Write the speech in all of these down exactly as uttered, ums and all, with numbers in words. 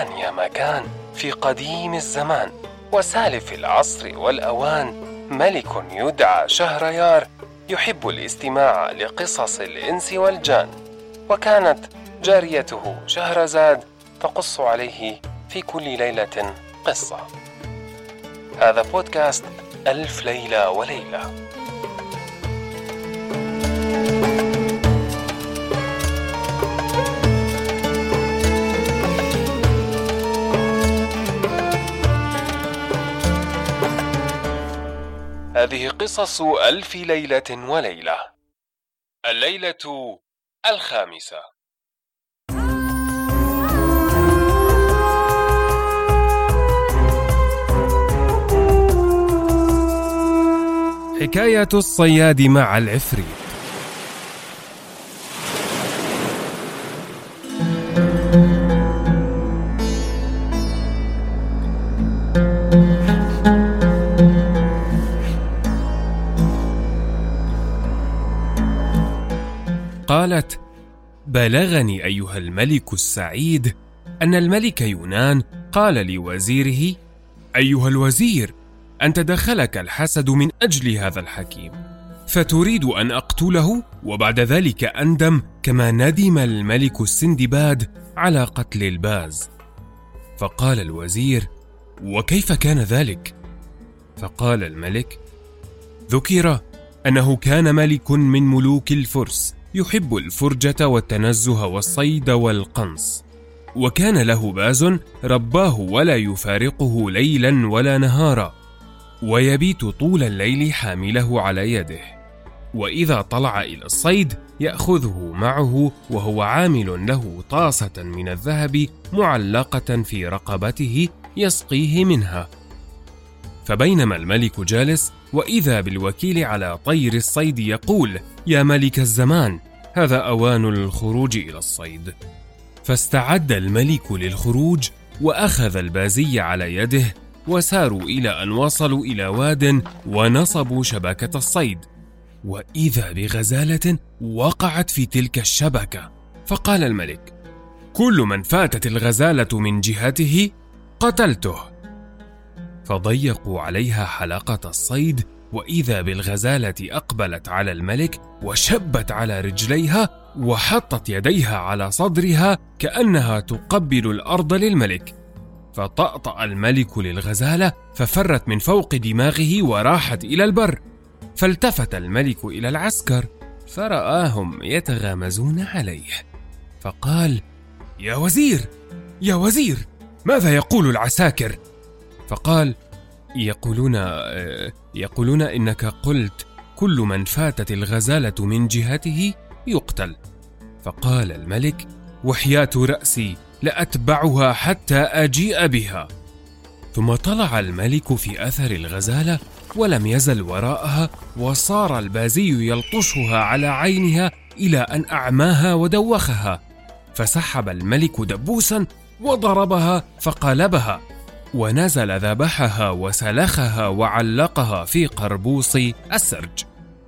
كان يا ما كان في قديم الزمان وسالف العصر والأوان ملك يدعى شهريار يحب الاستماع لقصص الإنس والجان، وكانت جاريته شهرزاد تقص عليه في كل ليلة قصة. هذا بودكاست ألف ليلة وليلة. هذه قصص ألف ليلة وليلة. الليلة الخامسة. حكاية الصياد مع العفريت. قالت: بلغني أيها الملك السعيد أن الملك يونان قال لوزيره: أيها الوزير، أنت دخلك الحسد من أجل هذا الحكيم، فتريد أن أقتله وبعد ذلك أندم كما ندم الملك السندباد على قتل الباز. فقال الوزير: وكيف كان ذلك؟ فقال الملك: ذكر أنه كان ملك من ملوك الفرس يحب الفرجة والتنزه والصيد والقنص، وكان له باز رباه ولا يفارقه ليلا ولا نهارا، ويبيت طول الليل حامله على يده، وإذا طلع إلى الصيد يأخذه معه وهو عامل له طاسة من الذهب معلقة في رقبته يسقيه منها. فبينما الملك جالس وإذا بالوكيل على طير الصيد يقول: يا ملك الزمان، هذا أوان الخروج إلى الصيد. فاستعد الملك للخروج وأخذ البازي على يده وساروا إلى أن وصلوا إلى واد ونصبوا شبكة الصيد، وإذا بغزالة وقعت في تلك الشبكة. فقال الملك: كل من فاتت الغزالة من جهته قتلته. فضيقوا عليها حلقة الصيد، وإذا بالغزالة أقبلت على الملك وشبت على رجليها وحطت يديها على صدرها كأنها تقبل الأرض للملك. فطأطأ الملك للغزالة ففرت من فوق دماغه وراحت إلى البر. فالتفت الملك إلى العسكر فرآهم يتغامزون عليه، فقال: يا وزير يا وزير، ماذا يقول العساكر؟ فقال: يقولون يقولون إنك قلت كل من فاتت الغزالة من جهته يقتل. فقال الملك: وحياة رأسي لأتبعها حتى أجيء بها. ثم طلع الملك في أثر الغزالة ولم يزل وراءها، وصار البازي يلطشها على عينها إلى أن أعماها ودوخها. فسحب الملك دبوسا وضربها فقلبها، ونزل ذبحها وسلخها وعلقها في قربوص السرج.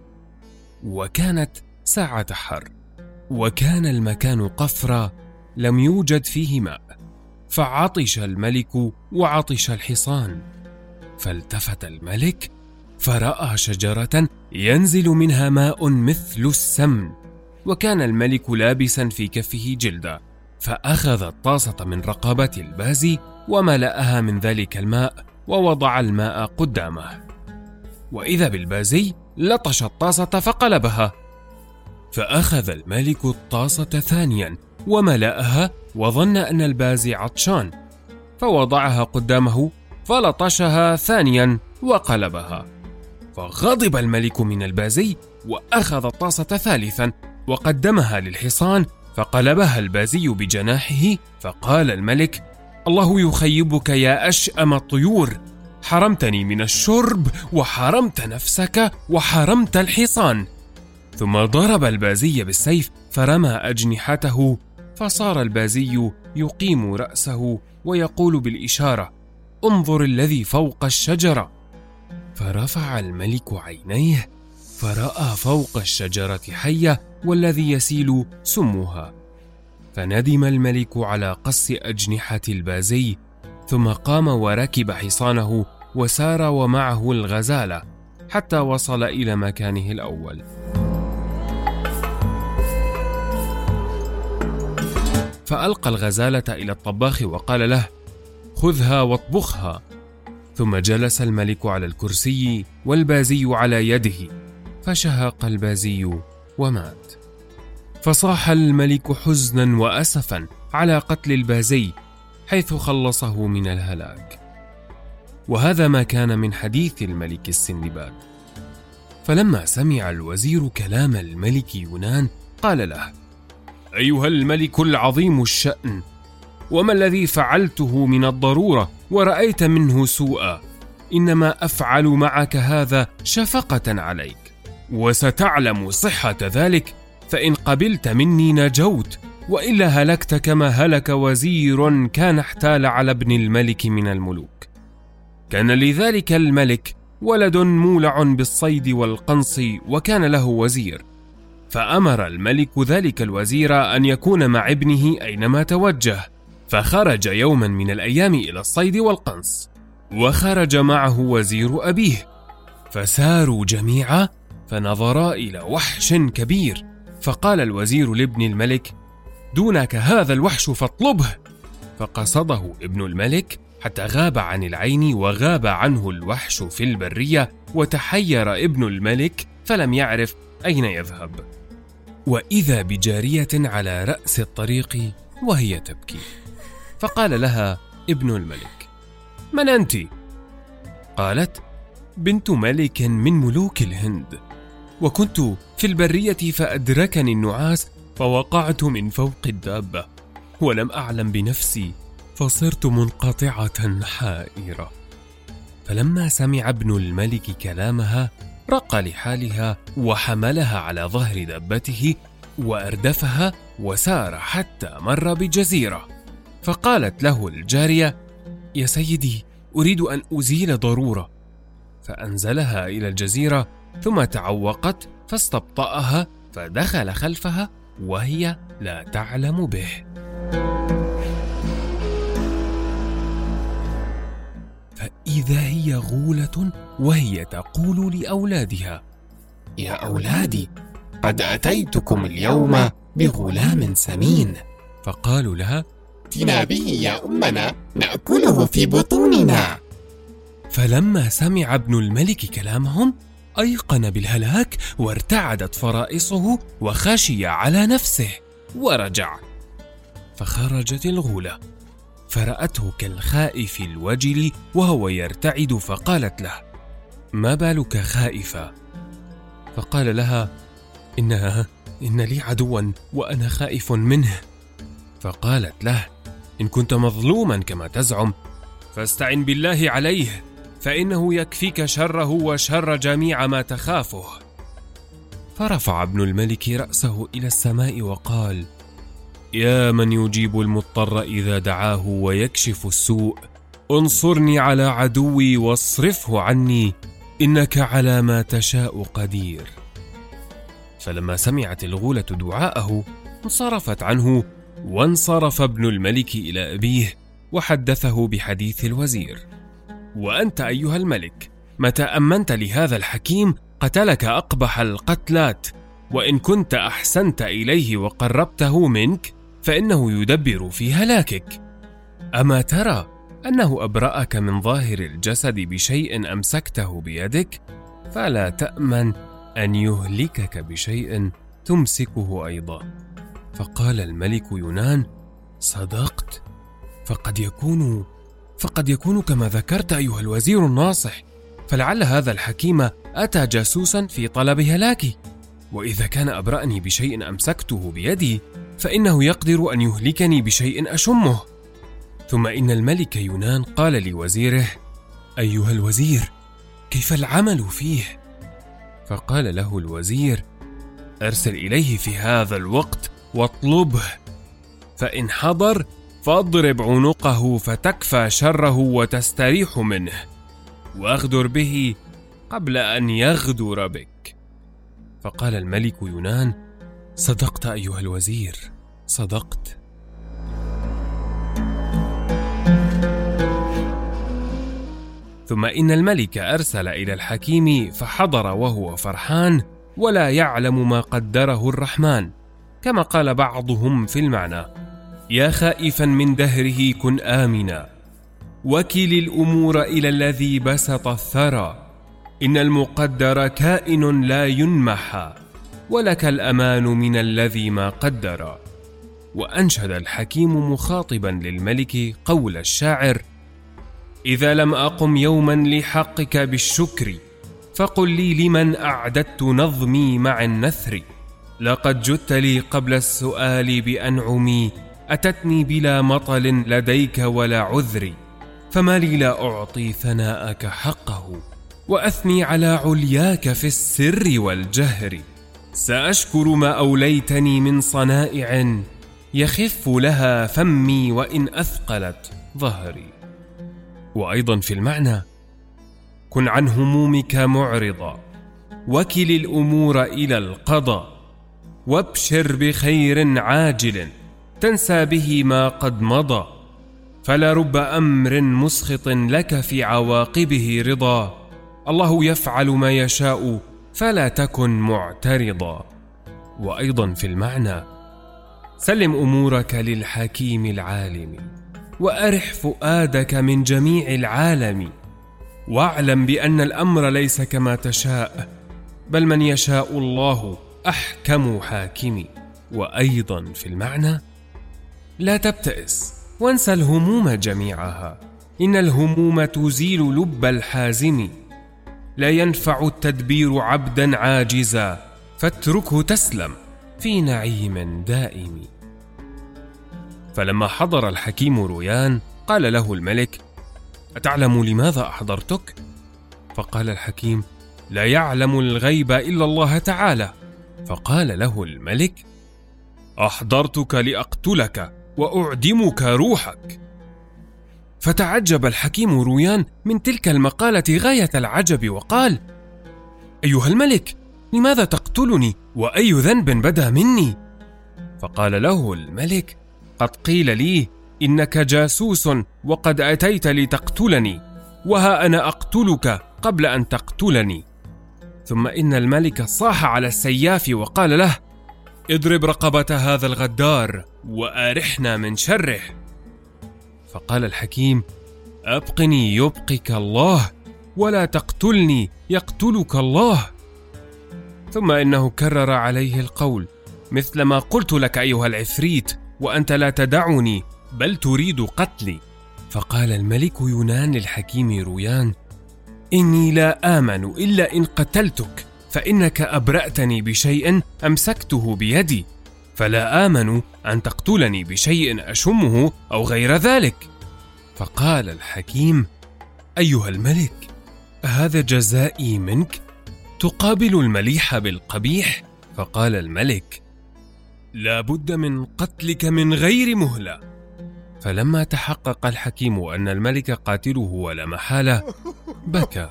وكانت ساعة حر، وكان المكان قفرا لم يوجد فيه ماء، فعطش الملك وعطش الحصان. فالتفت الملك فرأى شجرة ينزل منها ماء مثل السمن، وكان الملك لابسا في كفه جلدة، فأخذ الطاسة من رقبة البازي وملأها من ذلك الماء ووضع الماء قدامه، وإذا بالبازي لطش الطاسة فقلبها. فأخذ الملك الطاسة ثانيا وملأها وظن أن البازي عطشان، فوضعها قدامه فلطشها ثانيا وقلبها. فغضب الملك من البازي وأخذ الطاسة ثالثا وقدمها للحصان، فقلبها البازي بجناحه. فقال الملك: الله يخيبك يا أشأم الطيور، حرمتني من الشرب وحرمت نفسك وحرمت الحصان. ثم ضرب البازي بالسيف فرمى أجنحته، فصار البازي يقيم رأسه ويقول بالإشارة: انظر الذي فوق الشجرة. فرفع الملك عينيه فرأى فوق الشجرة حية والذي يسيل سمها. فندم الملك على قص أجنحة البازي، ثم قام وركب حصانه وسار ومعه الغزالة حتى وصل إلى مكانه الأول. فألقى الغزالة إلى الطباخ وقال له: خذها واطبخها. ثم جلس الملك على الكرسي والبازي على يده، فشهق البازي ومات. فصاح الملك حزنا وأسفا على قتل البازي حيث خلصه من الهلاك. وهذا ما كان من حديث الملك السندباد. فلما سمع الوزير كلام الملك يونان قال له: أيها الملك العظيم الشأن، وما الذي فعلته من الضرورة ورأيت منه سوءا؟ إنما أفعل معك هذا شفقة عليك، وستعلم صحة ذلك، فإن قبلت مني نجوت، وإلا هلكت كما هلك وزير كان احتال على ابن الملك من الملوك. كان لذلك الملك ولد مولع بالصيد والقنص، وكان له وزير، فأمر الملك ذلك الوزير أن يكون مع ابنه أينما توجه، فخرج يوما من الأيام إلى الصيد والقنص، وخرج معه وزير أبيه، فساروا جميعا فنظرا إلى وحش كبير، فقال الوزير لابن الملك: دونك هذا الوحش فاطلبه. فقصده ابن الملك حتى غاب عن العين، وغاب عنه الوحش في البرية، وتحير ابن الملك فلم يعرف أين يذهب. وإذا بجارية على رأس الطريق وهي تبكي، فقال لها ابن الملك: من أنت؟ قالت: بنت ملك من ملوك الهند، وكنت في البرية فأدركني النعاس فوقعت من فوق الدابة، ولم أعلم بنفسي فصرت منقطعة حائرة. فلما سمع ابن الملك كلامها رق لحالها، وحملها على ظهر دابته وأردفها، وسار حتى مر بجزيرة، فقالت له الجارية: يا سيدي، أريد أن أزيل ضرورة. فأنزلها إلى الجزيرة، ثم تعوقت فاستبطأها، فدخل خلفها وهي لا تعلم به. فإذا هي غولة وهي تقول لأولادها: يا أولادي، قد أتيتكم اليوم بغلام سمين. فقالوا لها: ائتنا به يا أمنا نأكله في بطوننا. فلما سمع ابن الملك كلامهم أيقن بالهلاك، وارتعدت فرائصه وخشي على نفسه ورجع. فخرجت الغولة فرأته كالخائف الوجل وهو يرتعد، فقالت له: ما بالك خائفا؟ فقال لها: إنها إن لي عدوا وأنا خائف منه. فقالت له: إن كنت مظلوما كما تزعم فاستعن بالله عليه، فإنه يكفيك شره وشر جميع ما تخافه. فرفع ابن الملك رأسه إلى السماء وقال: يا من يجيب المضطر إذا دعاه ويكشف السوء، انصرني على عدوي واصرفه عني، إنك على ما تشاء قدير. فلما سمعت الغولة دعاءه انصرفت عنه، وانصرف ابن الملك إلى أبيه وحدثه بحديث الوزير: وأنت أيها الملك، متى أمنت لهذا الحكيم قتلك أقبح القتلات، وإن كنت أحسنت إليه وقربته منك فإنه يدبر في هلاكك. أما ترى أنه أبرأك من ظاهر الجسد بشيء أمسكته بيدك، فلا تأمن أن يهلكك بشيء تمسكه أيضا. فقال الملك يونان: صدقت، فقد يكون فقد يكون كما ذكرت أيها الوزير الناصح، فلعل هذا الحكيم أتى جاسوسا في طلب هلاكي، وإذا كان أبرأني بشيء أمسكته بيدي فإنه يقدر أن يهلكني بشيء أشمه. ثم إن الملك يونان قال لوزيره: أيها الوزير، كيف العمل فيه؟ فقال له الوزير: أرسل إليه في هذا الوقت واطلبه، فإن حضر فاضرب عنقه فتكفى شره وتستريح منه، واغدر به قبل أن يغدر بك. فقال الملك يونان: صدقت أيها الوزير، صدقت. ثم إن الملك أرسل إلى الحكيم فحضر وهو فرحان ولا يعلم ما قدره الرحمن، كما قال بعضهم في المعنى: يا خائفا من دهره كن آمنا، وكل الأمور إلى الذي بسط الثرى، إن المقدر كائن لا ينمحى، ولك الأمان من الذي ما قدر. وأنشد الحكيم مخاطبا للملك قول الشاعر: إذا لم أقم يوما لحقك بالشكر، فقل لي لمن أعددت نظمي مع النثر. لقد جدت لي قبل السؤال بأنعمي، أتتني بلا مطل لديك ولا عذر، فما لي لا أعطي ثناءك حقه، وأثني على علياك في السر والجهر. سأشكر ما أوليتني من صنائع، يخف لها فمي وإن أثقلت ظهري. وأيضا في المعنى: كن عن همومك معرضا، وكل الأمور إلى القضاء، وابشر بخير عاجل تنسى به ما قد مضى، فلرب أمر مسخط لك في عواقبه رضا، الله يفعل ما يشاء فلا تكن معترضا. وأيضا في المعنى: سلم أمورك للحكيم العالم، وأرح فؤادك من جميع العالم، واعلم بأن الأمر ليس كما تشاء، بل من يشاء الله أحكم حاكم. وأيضا في المعنى: لا تبتئس وانسى الهموم جميعها، إن الهموم تزيل لب الحازم، لا ينفع التدبير عبدا عاجزا، فاتركه تسلم في نعيم دائم. فلما حضر الحكيم رويان قال له الملك: أتعلم لماذا أحضرتك؟ فقال الحكيم: لا يعلم الغيب إلا الله تعالى. فقال له الملك: أحضرتك لأقتلك وأعدمك روحك. فتعجب الحكيم رويان من تلك المقالة غاية العجب، وقال: أيها الملك، لماذا تقتلني؟ وأي ذنب بدا مني؟ فقال له الملك: قد قيل لي إنك جاسوس وقد أتيت لتقتلني، وها أنا أقتلك قبل أن تقتلني. ثم إن الملك صاح على السياف وقال له: اضرب رقبة هذا الغدار وأرحنا من شره. فقال الحكيم: أبقني يبقك الله، ولا تقتلني يقتلك الله. ثم إنه كرر عليه القول: مثل ما قلت لك أيها العفريت، وأنت لا تدعني بل تريد قتلي. فقال الملك يونان للحكيم رويان: إني لا آمن إلا إن قتلتك، فإنك أبرأتني بشيء أمسكته بيدي، فلا آمن أن تقتلني بشيء أشمه أو غير ذلك. فقال الحكيم: أيها الملك، هذا جزائي منك؟ تقابل المليح بالقبيح؟ فقال الملك: لا بد من قتلك من غير مهلة. فلما تحقق الحكيم أن الملك قاتله ولا محالة، بكى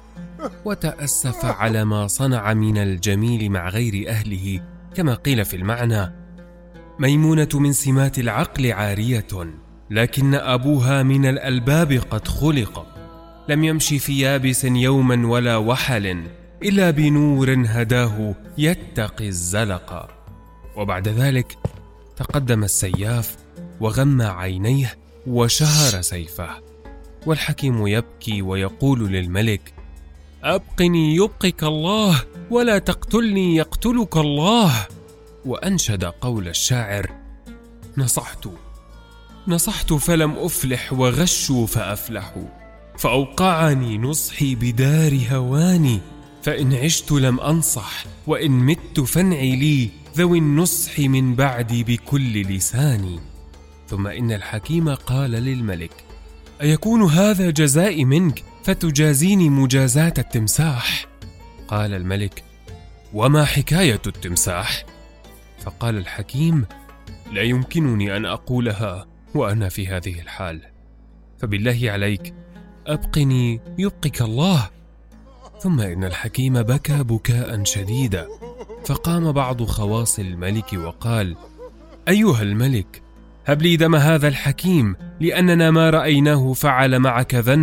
وتأسف على ما صنع من الجميل مع غير أهله، كما قيل في المعنى: ميمونة من سمات العقل عارية، لكن أبوها من الألباب قد خلق، لم يمشي في يابس يوما ولا وحل، إلا بنور هداه يتقي الزلق. وبعد ذلك تقدم السياف وغمى عينيه وشهر سيفه، والحكيم يبكي ويقول للملك: أبقني يبقك الله، ولا تقتلني يقتلك الله. وأنشد قول الشاعر: نصحت نصحت فلم أفلح، وغشوا فأفلحوا، فأوقعني نصحي بدار هواني، فإن عشت لم أنصح، وإن مت فانعي لي ذوي النصح من بعدي بكل لساني. ثم إن الحكيم قال للملك: أيكون هذا جزائي منك فتجازيني مجازاة التمساح؟ قال الملك: وما حكاية التمساح؟ فقال الحكيم: لا يمكنني أن أقولها وأنا في هذه الحال، فبالله عليك أبقني يبقك الله. ثم إن الحكيم بكى بكاء شديدا، فقام بعض خواص الملك وقال: أيها الملك، هب لي دم هذا الحكيم، لأننا ما رأيناه فعل معك ذنبا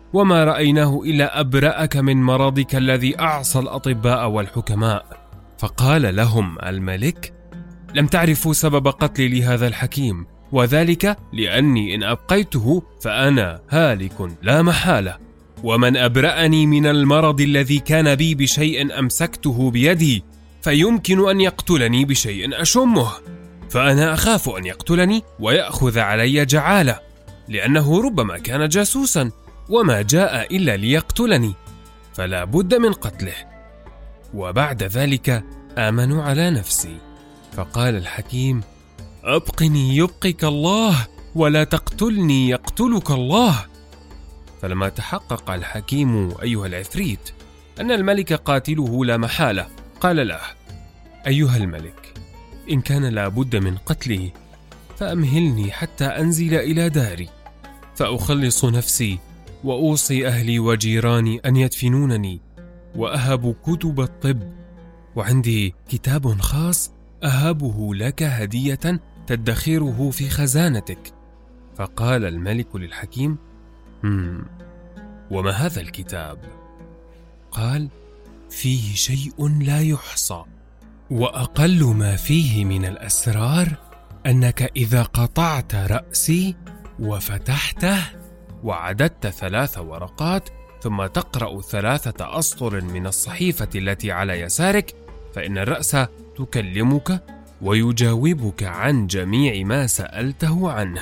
وما رأيناه إلا أبرأك من مرضك الذي أعصى الأطباء والحكماء. فقال لهم الملك: لم تعرفوا سبب قتلي لهذا الحكيم، وذلك لأني إن أبقيته فأنا هالك لا محالة، ومن أبرأني من المرض الذي كان بي بشيء أمسكته بيدي فيمكن أن يقتلني بشيء أشمه، فأنا أخاف أن يقتلني ويأخذ علي جعالة، لأنه ربما كان جاسوسا وما جاء إلا ليقتلني، فلا بد من قتله. وبعد ذلك آمنوا على نفسي. فقال الحكيم: أبقني يبقك الله، ولا تقتلني يقتلك الله. فلما تحقق الحكيم أيها العفريت أن الملك قاتله لا محالة، قال له: أيها الملك، إن كان لا بد من قتله فأمهلني حتى أنزل إلى داري فأخلص نفسي، وأوصي أهلي وجيراني أن يدفنونني، وأهب كتب الطب، وعندي كتاب خاص أهبه لك هدية تدخره في خزانتك. فقال الملك للحكيم: هم وما هذا الكتاب؟ قال: فيه شيء لا يحصى، وأقل ما فيه من الأسرار أنك إذا قطعت رأسي وفتحته وعددت ثلاث ورقات ثم تقرأ ثلاثة أسطر من الصحيفة التي على يسارك، فإن الرأس تكلمك ويجاوبك عن جميع ما سألته عنه.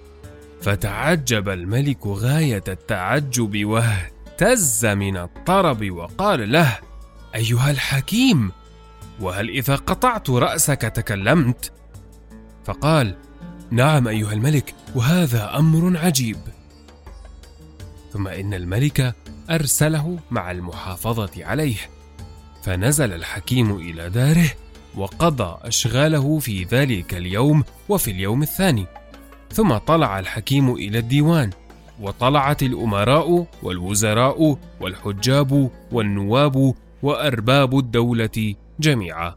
فتعجب الملك غاية التعجب واهتز من الطرب، وقال له: أيها الحكيم، وهل إذا قطعت رأسك تكلمت؟ فقال: نعم أيها الملك، وهذا أمر عجيب. ثم إن الملك أرسله مع المحافظة عليه، فنزل الحكيم إلى داره وقضى أشغاله في ذلك اليوم وفي اليوم الثاني. ثم طلع الحكيم إلى الديوان، وطلعت الأمراء والوزراء والحجاب والنواب وأرباب الدولة جميعا.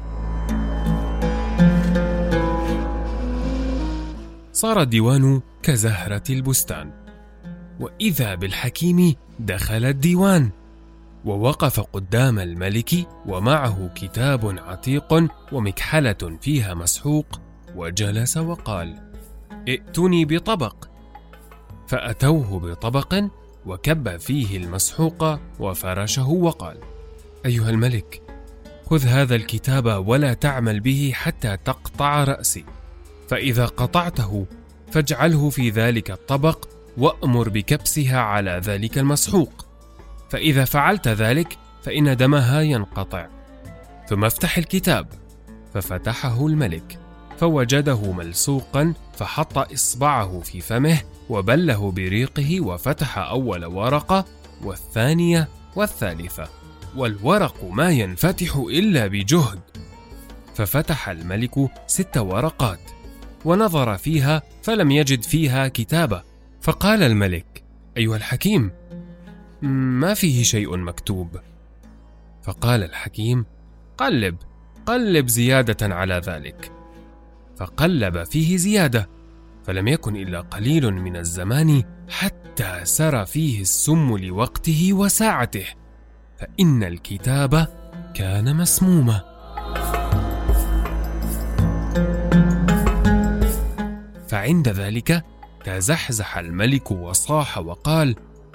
صار الديوان كزهرة البستان، وإذا بالحكيم دخل الديوان ووقف قدام الملك ومعه كتاب عتيق ومكحلة فيها مسحوق، وجلس وقال: ائتوني بطبق. فأتوه بطبق وكب فيه المسحوق وفرشه وقال: أيها الملك، خذ هذا الكتاب ولا تعمل به حتى تقطع رأسي، فإذا قطعته فاجعله في ذلك الطبق وأمر بكبسها على ذلك المسحوق، فإذا فعلت ذلك فإن دمها ينقطع. ثم افتح الكتاب. ففتحه الملك فوجده ملصوقا، فحط إصبعه في فمه وبله بريقه، وفتح أول ورقة والثانية والثالثة، والورق ما ينفتح إلا بجهد. ففتح الملك ست ورقات ونظر فيها فلم يجد فيها كتابة. فقال الملك: أيها الحكيم، ما فيه شيء مكتوب. فقال الحكيم: قلب قلب زيادة على ذلك. فقلب فيه زيادة، فلم يكن إلا قليل من الزمان حتى سرى فيه السم لوقته وساعته، فإن الكتاب كان مسموما. فعند ذلك تزحزح الملك وصاح وقال: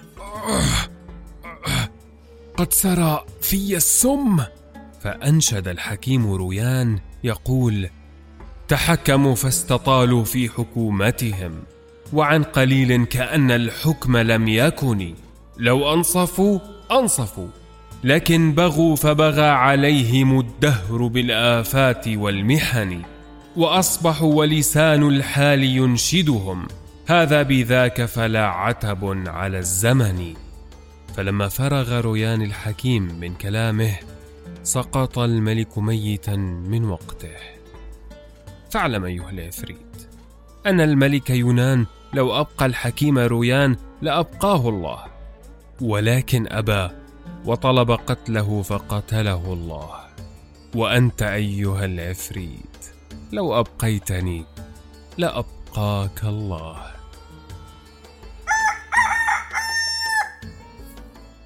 قد سرى في السم. فأنشد الحكيم رويان يقول: تحكموا فاستطالوا في حكومتهم، وعن قليل كأن الحكم لم يكن، لو أنصفوا أنصفوا، لكن بغوا فبغى عليهم الدهر بالآفات والمحن، وأصبحوا ولسان الحال ينشدهم، هذا بذاك فلا عتب على الزمن. فلما فرغ رويان الحكيم من كلامه سقط الملك ميتا من وقته. فاعلم أيها العفريت أن الملك يونان لو أبقى الحكيم رويان لأبقاه الله، ولكن أبى وطلب قتله فقتله الله. وأنت أيها العفريت لو أبقيتني لأبقاك الله.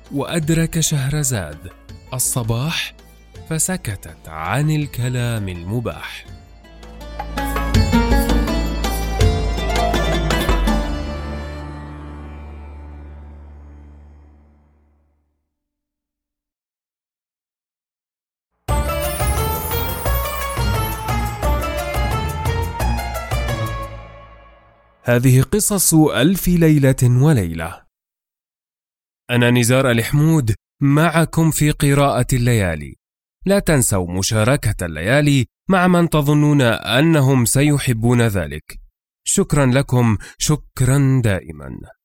وأدرك شهرزاد الصباح فسكتت عن الكلام المباح. هذه قصص ألف ليلة وليلة. أنا نزار الحمود معكم في قراءة الليالي. لا تنسوا مشاركة الليالي مع من تظنون أنهم سيحبون ذلك. شكرا لكم، شكرا دائما.